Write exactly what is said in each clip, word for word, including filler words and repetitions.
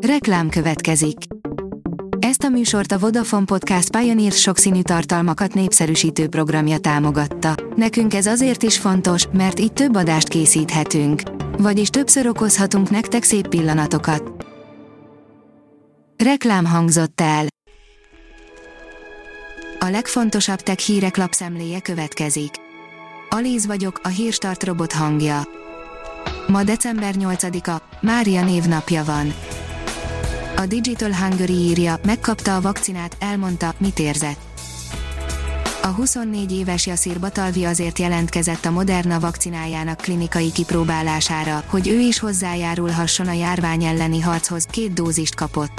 Reklám következik. Ezt a műsort a Vodafone Podcast Pioneer sokszínű tartalmakat népszerűsítő programja támogatta. Nekünk ez azért is fontos, mert így több adást készíthetünk. Vagyis többször okozhatunk nektek szép pillanatokat. Reklám hangzott el. A legfontosabb tech hírek lapszemléje következik. Alíz vagyok, a Hírstart robot hangja. Ma december nyolcadika, Mária névnapja van. A Digital Hungary írja, megkapta a vakcinát, elmondta, mit érzett. A huszonnégy éves Yasir Batalvi azért jelentkezett a Moderna vakcinájának klinikai kipróbálására, hogy ő is hozzájárulhasson a járvány elleni harchoz, két dózist kapott.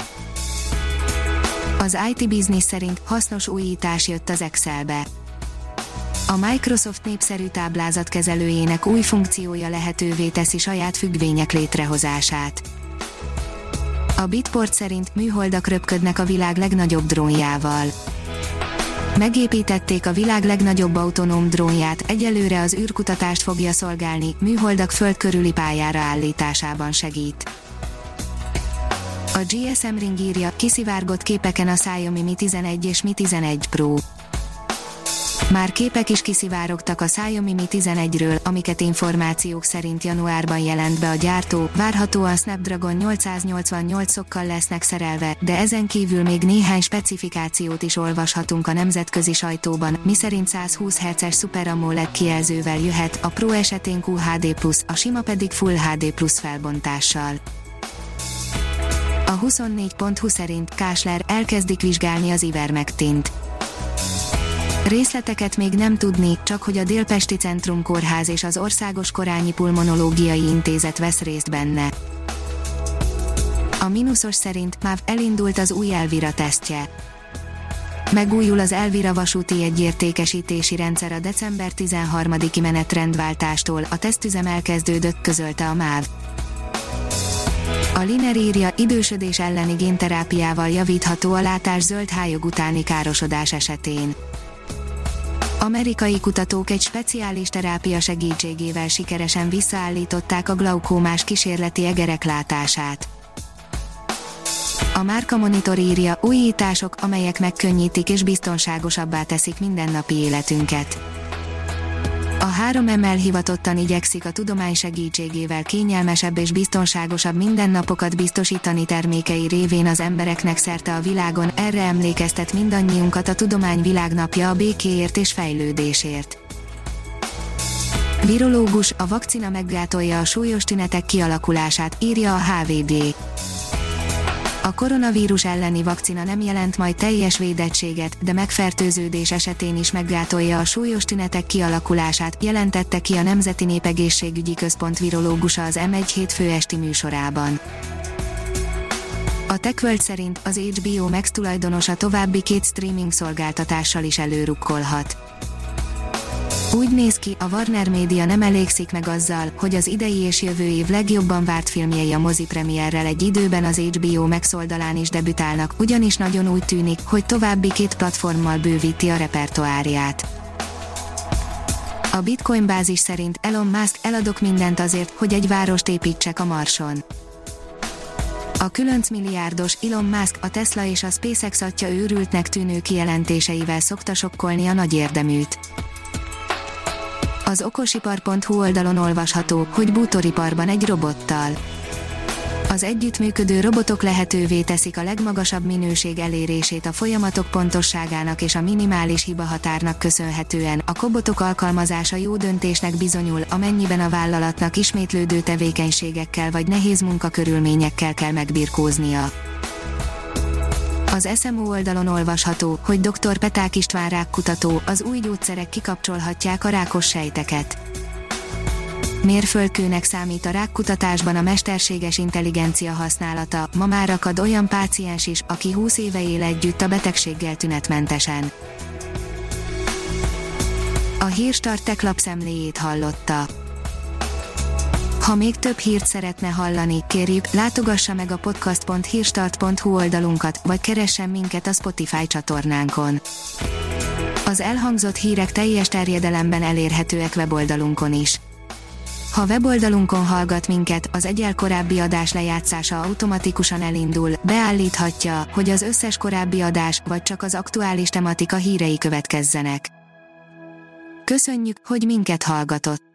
Az i té Business szerint hasznos újítás jött az Excelbe. A Microsoft népszerű táblázatkezelőjének új funkciója lehetővé teszi saját függvények létrehozását. A Bitport szerint műholdak röpködnek a világ legnagyobb drónjával. Megépítették a világ legnagyobb autonóm drónját, egyelőre az űrkutatást fogja szolgálni, műholdak föld körüli pályára állításában segít. A gé es em Ring írja, kiszivárgott képeken a Xiaomi Mi tizenegy és Mi tizenegy Pro. Már képek is kiszivárogtak a Xiaomi Mi tizenegyről, amiket információk szerint januárban jelent be a gyártó, várhatóan Snapdragon nyolcszáznyolcvannyolcokkal lesznek szerelve, de ezen kívül még néhány specifikációt is olvashatunk a nemzetközi sajtóban, miszerint százhúsz hertzes Super AMOLED kijelzővel jöhet, a Pro esetén Q H D plusz, a sima pedig Full H D plusz felbontással. A huszonnégy pont hu szerint Kásler elkezdik vizsgálni az Ivermectint. Részleteket még nem tudni, csak hogy a Délpesti Centrum Kórház és az Országos Korányi Pulmonológiai Intézet vesz részt benne. A mínuszos szerint MÁV elindult az új Elvira tesztje. Megújul az Elvira vasúti egyértékesítési rendszer a december tizenharmadiki menetrendváltástól, a tesztüzem elkezdődött, közölte a MÁV. A Liner írja, idősödés elleni génterápiával javítható a látás zöld hályog utáni károsodás esetén. Amerikai kutatók egy speciális terápia segítségével sikeresen visszaállították a glaukómás kísérleti egerek látását. A Márka Monitor írja, újítások, amelyek megkönnyítik és biztonságosabbá teszik mindennapi életünket. A három em hivatottan igyekszik a tudomány segítségével kényelmesebb és biztonságosabb mindennapokat biztosítani termékei révén az embereknek szerte a világon, erre emlékeztet mindannyiunkat a Tudomány Világnapja a békéért és fejlődésért. Virológus, a vakcina meggátolja a súlyos tünetek kialakulását, írja a há vé gé. A koronavírus elleni vakcina nem jelent majd teljes védettséget, de megfertőződés esetén is meggátolja a súlyos tünetek kialakulását, jelentette ki a Nemzeti Népegészségügyi Központ virológusa az em egy hétfő esti műsorában. A TechWorld szerint az há bé o Max tulajdonosa további két streaming szolgáltatással is előrukkolhat. Úgy néz ki, a Warner Media nem elégszik meg azzal, hogy az idei és jövő év legjobban várt filmjei a mozipremierrel egy időben az há bé o Max oldalán is debütálnak, ugyanis nagyon úgy tűnik, hogy további két platformmal bővíti a repertoárját. A Bitcoin bázis szerint Elon Musk, eladok mindent azért, hogy egy várost építsek a Marson. A különc milliárdos Elon Musk a Tesla és a SpaceX atya őrültnek tűnő kijelentéseivel szokta sokkolni a nagy érdeműt. Az okosipar pont hu oldalon olvasható, hogy bútoriparban egy robottal. Az együttműködő robotok lehetővé teszik a legmagasabb minőség elérését a folyamatok pontosságának és a minimális hibahatárnak köszönhetően. A kobotok alkalmazása jó döntésnek bizonyul, amennyiben a vállalatnak ismétlődő tevékenységekkel vagy nehéz munkakörülményekkel kell megbirkóznia. Az es em o oldalon olvasható, hogy dr. Peták István rákkutató, az új gyógyszerek kikapcsolhatják a rákos sejteket. Mérföldkőnek számít a rákkutatásban a mesterséges intelligencia használata, ma már akad olyan páciens is, aki húsz éve él együtt a betegséggel tünetmentesen. A Hírstart Tech lapszemléjét hallotta. Ha még több hírt szeretne hallani, kérjük, látogassa meg a podcast pont hírstart pont hu oldalunkat, vagy keressen minket a Spotify csatornánkon. Az elhangzott hírek teljes terjedelemben elérhetőek weboldalunkon is. Ha weboldalunkon hallgat minket, az egyel korábbi adás lejátszása automatikusan elindul, beállíthatja, hogy az összes korábbi adás, vagy csak az aktuális tematika hírei következzenek. Köszönjük, hogy minket hallgatott!